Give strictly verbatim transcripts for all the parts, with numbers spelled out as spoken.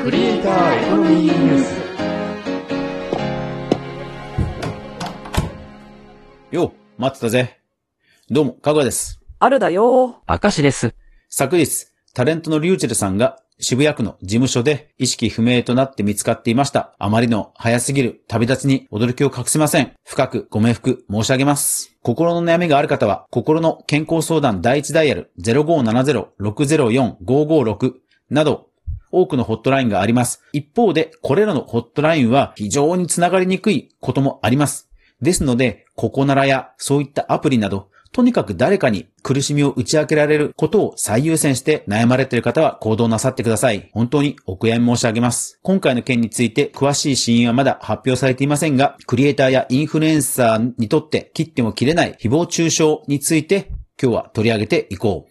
クリエイターエコノミーニュース。 よう、待ってたぜ。どうも、かぐわです。 あるだよ。 明石です。 昨日、タレントのリューチェルさんが渋谷区の事務所で意識不明となって見つかっていました。あまりの早すぎる旅立ちに驚きを隠せません。深くご冥福申し上げます。心の悩みがある方は、心の健康相談第一ダイヤル ゼロごーななゼロ ろくゼロよん ごーごーろく など、多くのホットラインがあります。一方で、これらのホットラインは非常につながりにくいこともあります。ですので、ココナラやそういったアプリなど、とにかく誰かに苦しみを打ち明けられることを最優先して悩まれている方は行動なさってください。本当にお悔やみ申し上げます。今回の件について詳しい死因はまだ発表されていませんが、クリエイターやインフルエンサーにとって切っても切れない誹謗中傷について今日は取り上げていこう。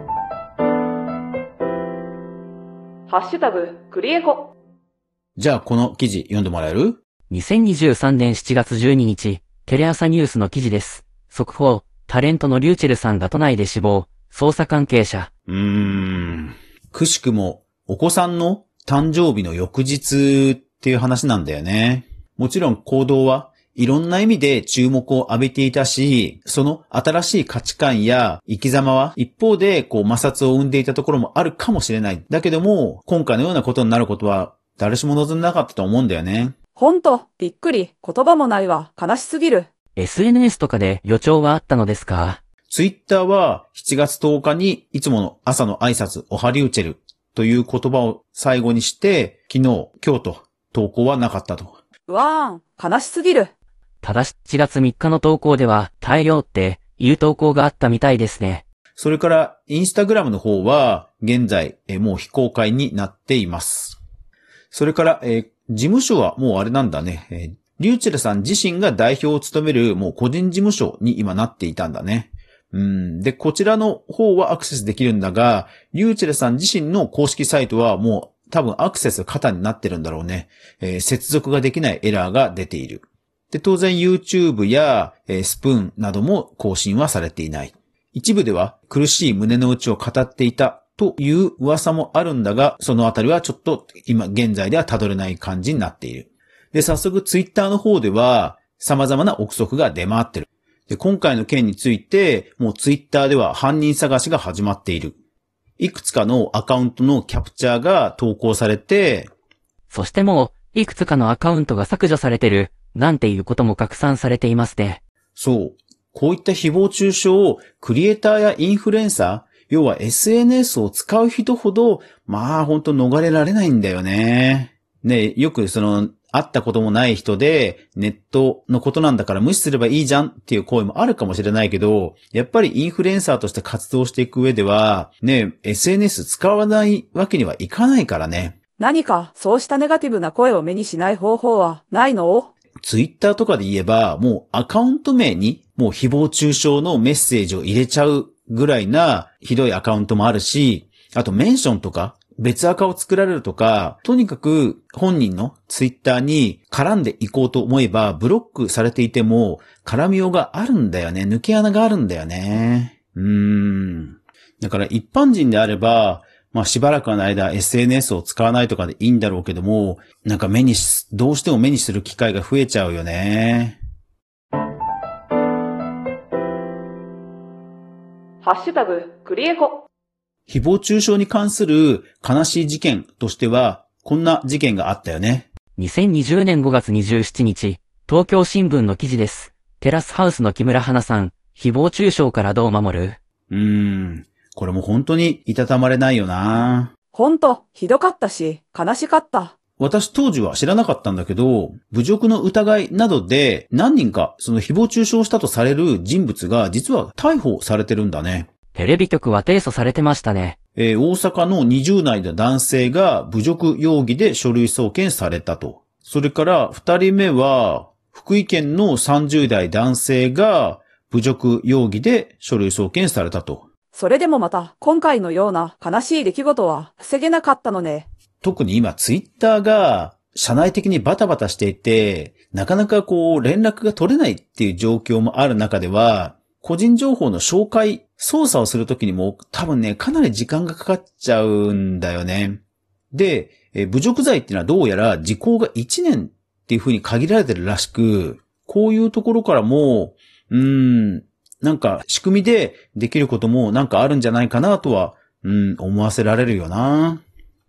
ハッシュタグクリエコ。 じゃあこの記事読んでもらえる？ にせんにじゅうさんねんしちがつじゅうににち、テレ朝ニュースの記事です。速報、タレントのリューチェルさんが都内で死亡、捜査関係者。 うーん。くしくも、お子さんの誕生日の翌日っていう話なんだよね。もちろん行動はいろんな意味で注目を浴びていたし、その新しい価値観や生き様は一方でこう摩擦を生んでいたところもあるかもしれない。だけども、今回のようなことになることは誰しも望んでなかったと思うんだよね。 ほんと、びっくり、言葉もないわ、悲しすぎる。 エスエヌエス とかで予兆はあったのですか？ ツイッターはしちがつとおかにいつもの朝の挨拶、おはリューチェルという言葉を最後にして、昨日、今日と投稿はなかったと。 うわーん、悲しすぎる。 ただししちがつみっかの投稿では大量っていう投稿があったみたいですね。 それから、インスタグラムの方は現在えもう非公開になっています。それから、えー、事務所はもうあれなんだね。えーリューチェルさん自身が代表を務めるもう個人事務所に今なっていたんだね。うん。で、こちらの方はアクセスできるんだが、リューチェルさん自身の公式サイトはもう多分アクセス過多になってるんだろうね。えー、接続ができないエラーが出ている。で、当然 YouTube や、えー、スプーンなども更新はされていない。一部では苦しい胸の内を語っていたという噂もあるんだが、そのあたりはちょっと今現在では辿れない感じになっている。で、早速ツイッターの方では様々な憶測が出回ってる。で、今回の件について、もうツイッターでは犯人探しが始まっている。いくつかのアカウントのキャプチャーが投稿されて、 そしてもう、いくつかのアカウントが削除されてる、なんていうことも拡散されていますね。 そう。こういった誹謗中傷をクリエイターやインフルエンサー、要は エスエヌエス を使う人ほど、まあ本当逃れられないんだよね。ね、よくその、会ったこともない人でネットのことなんだから無視すればいいじゃんっていう声もあるかもしれないけど、やっぱりインフルエンサーとして活動していく上ではね、エスエヌエス 使わないわけにはいかないからね。 何かそうしたネガティブな声を目にしない方法はないの？ ツイッターとかで言えばもうアカウント名にもう誹謗中傷のメッセージを入れちゃうぐらいなひどいアカウントもあるし、あとメンションとか別アカを作られるとか、とにかく本人のツイッターに絡んでいこうと思えば、ブロックされていても絡みようがあるんだよね。抜け穴があるんだよね。うーん。だから一般人であれば、まあしばらくの間 エスエヌエス を使わないとかでいいんだろうけども、なんか目にし、どうしても目にする機会が増えちゃうよね。 ハッシュタグクリエコ。 誹謗中傷に関する悲しい事件としては、こんな事件があったよね。 にせんにじゅうねんごがつにじゅうしちにち、東京新聞の記事です。テラスハウスの木村花さん、誹謗中傷からどう守る？ うーん、これも本当にいたたまれないよな。 ほんと、ひどかったし、悲しかった。 私当時は知らなかったんだけど、侮辱の疑いなどで何人かその誹謗中傷したとされる人物が実は逮捕されてるんだね。 テレビ局は提訴されてましたね。 えー、大阪のにじゅう代の男性が侮辱容疑で書類送検されたと。それから二人目は福井県のさんじゅう代男性が侮辱容疑で書類送検されたと。 それでもまた今回のような悲しい出来事は防げなかったのね。 特に今ツイッターが社内的にバタバタしていて、なかなかこう連絡が取れないっていう状況もある中では、個人情報の紹介、操作をするときにも多分ね、かなり時間がかかっちゃうんだよね。で、 えー、侮辱罪っていうのはどうやら時効がいちねんっていう風に限られてるらしく、こういうところからも、うーん、なんか仕組みでできることもなんかあるんじゃないかなとは、うん、思わせられるよな。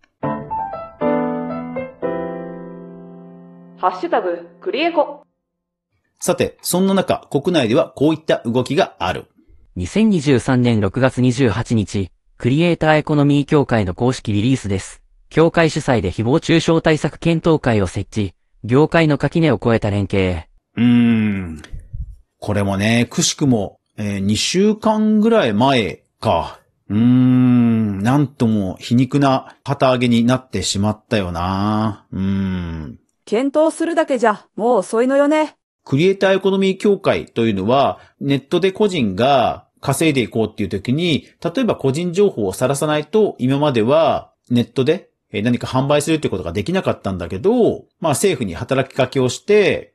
ハッシュタグ、クリエコ。 さて、そんな中、国内ではこういった動きがある。 にせんにじゅうさんねんろくがつにじゅうはちにち、クリエイターエコノミー協会の公式リリースです。協会主催で誹謗中傷対策検討会を設置、業界の垣根を越えた連携。 うーん。これもね、くしくも、えー、にしゅうかんぐらい前か。うーん、なんとも皮肉な旗揚げになってしまったよな。うーん。 検討するだけじゃ、もう遅いのよね。 クリエイターエコノミー協会というのは、ネットで個人が稼いでいこうっていう時に、例えば個人情報を晒さないと、今まではネットで何か販売するってことができなかったんだけど、まあ政府に働きかけをして、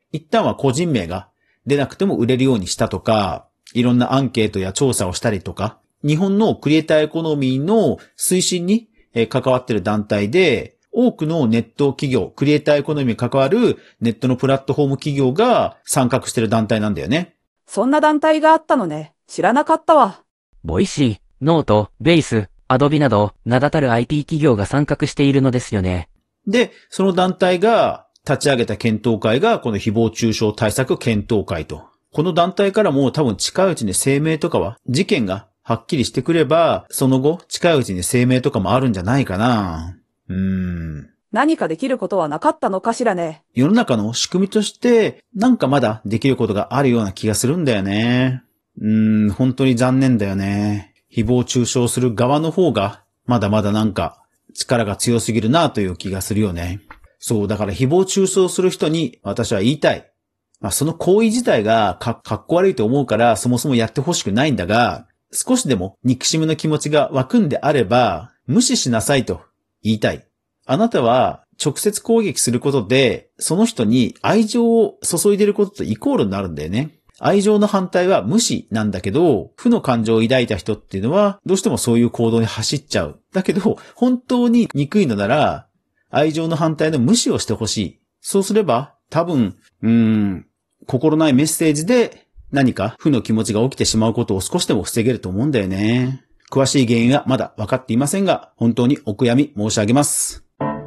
一旦は個人名が出なくても売れるようにしたとか、いろんなアンケートや調査をしたりとか、日本のクリエイターエコノミーの推進に関わっている団体で、多くのネット企業、クリエイターエコノミーに関わるネットのプラットフォーム企業が参画している団体なんだよね。 そんな団体があったのね。知らなかったわ。 ボイシー、ノート、ベイス、アドビなど、名だたる アイティー 企業が参画しているのですよね。 で、その団体が立ち上げた検討会がこの誹謗中傷対策検討会と。この団体からも多分近いうちに声明とかは、事件がはっきりしてくれば、その後近いうちに声明とかもあるんじゃないかな。うーん。 何かできることはなかったのかしらね。 世の中の仕組みとして、なんかまだできることがあるような気がするんだよね。うーん、本当に残念だよね。誹謗中傷する側の方が、まだまだなんか力が強すぎるなという気がするよね。そう、だから誹謗中傷する人に私は言いたい。まあ、その行為自体がか、かっこ悪いと思うからそもそもやってほしくないんだが、少しでも憎しみの気持ちが湧くんであれば、無視しなさいと言いたい。あなたは直接攻撃することで、その人に愛情を注いでることとイコールになるんだよね。愛情の反対は無視なんだけど、負の感情を抱いた人っていうのは、どうしてもそういう行動に走っちゃう。だけど、本当に憎いのなら、愛情の反対の無視をしてほしい。そうすれば、多分、うーん、心ないメッセージで何か負の気持ちが起きてしまうことを少しでも防げると思うんだよね。詳しい原因はまだ分かっていませんが、本当にお悔やみ申し上げます。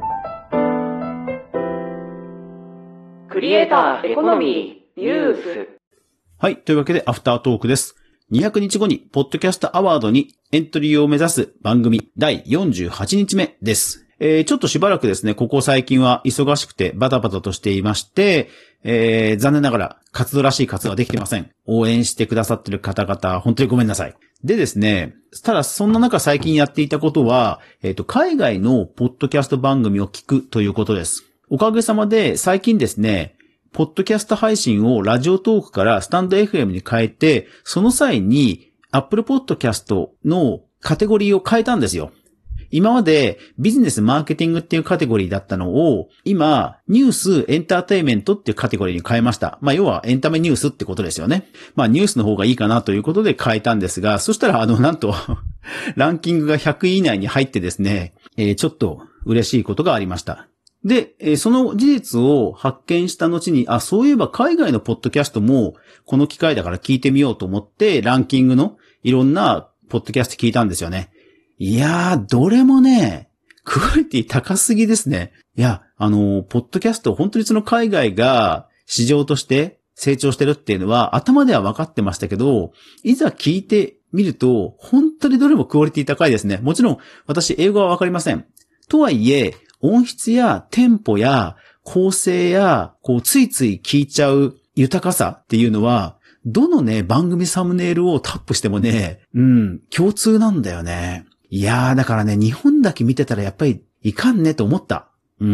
クリエイターエコノミーニュース。 はい。というわけで、アフタートークです。にひゃくにちごに、ポッドキャストアワードにエントリーを目指す番組だいよんじゅうはちにちめです。えー、ちょっとしばらくですね、ここ最近は忙しくてバタバタとしていまして、えー、残念ながら活動らしい活動はできていません。応援してくださっている方々、本当にごめんなさい。でですね、ただそんな中最近やっていたことは、えっと、海外のポッドキャスト番組を聞くということです。おかげさまで最近ですね、ポッドキャスト配信をラジオトークからスタンド エフエム に変えて、その際に Apple Podcast のカテゴリーを変えたんですよ。今までビジネスマーケティングっていうカテゴリーだったのを、今、ニュースエンターテイメントっていうカテゴリーに変えました。まあ要はエンタメニュースってことですよね。まあニュースの方がいいかなということで変えたんですが、そしたらあのなんと、ランキングがひゃくい以内に入ってですね、えー、ちょっと嬉しいことがありました。で、その事実を発見した後に、あ、そういえば海外のポッドキャストもこの機会だから聞いてみようと思って、ランキングのいろんなポッドキャスト聞いたんですよね。いやー、どれもね、クオリティ高すぎですね。いや、あの、ポッドキャスト、本当にその海外が市場として成長してるっていうのは頭では分かってましたけど、いざ聞いてみると、本当にどれもクオリティ高いですね。もちろん、私、英語は分かりません。とはいえ、音質やテンポや構成や、こう、ついつい聞いちゃう豊かさっていうのは、どのね、番組サムネイルをタップしてもね、うん、共通なんだよね。いやー、だからね、日本だけ見てたらやっぱりいかんねと思った。うん。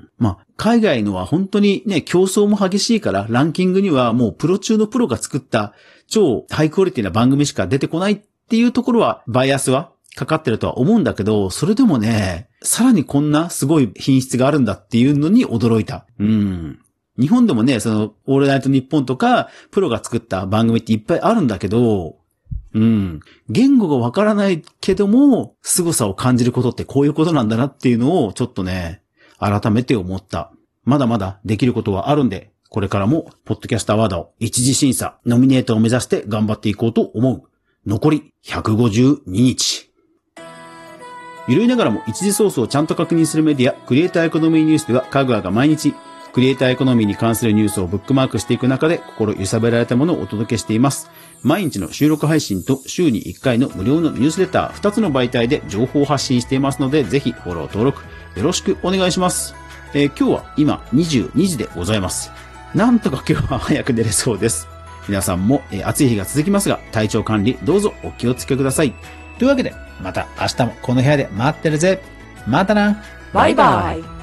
まあ、海外のは本当にね、競争も激しいから、ランキングにはもうプロ中のプロが作った超ハイクオリティな番組しか出てこないっていうところは、バイアスはかかってるとは思うんだけど、それでもね、さらにこんなすごい品質があるんだっていうのに驚いた。うん。日本でもね、その、オールナイトニッポンとか、プロが作った番組っていっぱいあるんだけど、うん。言語がわからないけども、凄さを感じることってこういうことなんだなっていうのを、ちょっとね、 改めて思った。まだまだできることはあるんで、これからも、ポッドキャストアワードを一次審査、ノミネートを目指して頑張っていこうと思う。残りひゃくごじゅうににち。ゆるいながらも一次ソースをちゃんと確認するメディア、クリエイターエコノミーニュースでは、かぐわが毎日、クリエイターエコノミーに関するニュースをブックマークしていく中で、心揺さぶられたものをお届けしています。毎日の収録配信と週にいっかいの無料のニュースレター、ふたつの媒体で情報を発信していますので、ぜひフォロー登録、よろしくお願いします。えー、今日は今にじゅうにじでございます。なんとか今日は早く寝れそうです。皆さんも、えー、暑い日が続きますが、体調管理どうぞお気をつけください。というわけで、また明日もこの部屋で待ってるぜ。またな。 バイバイ。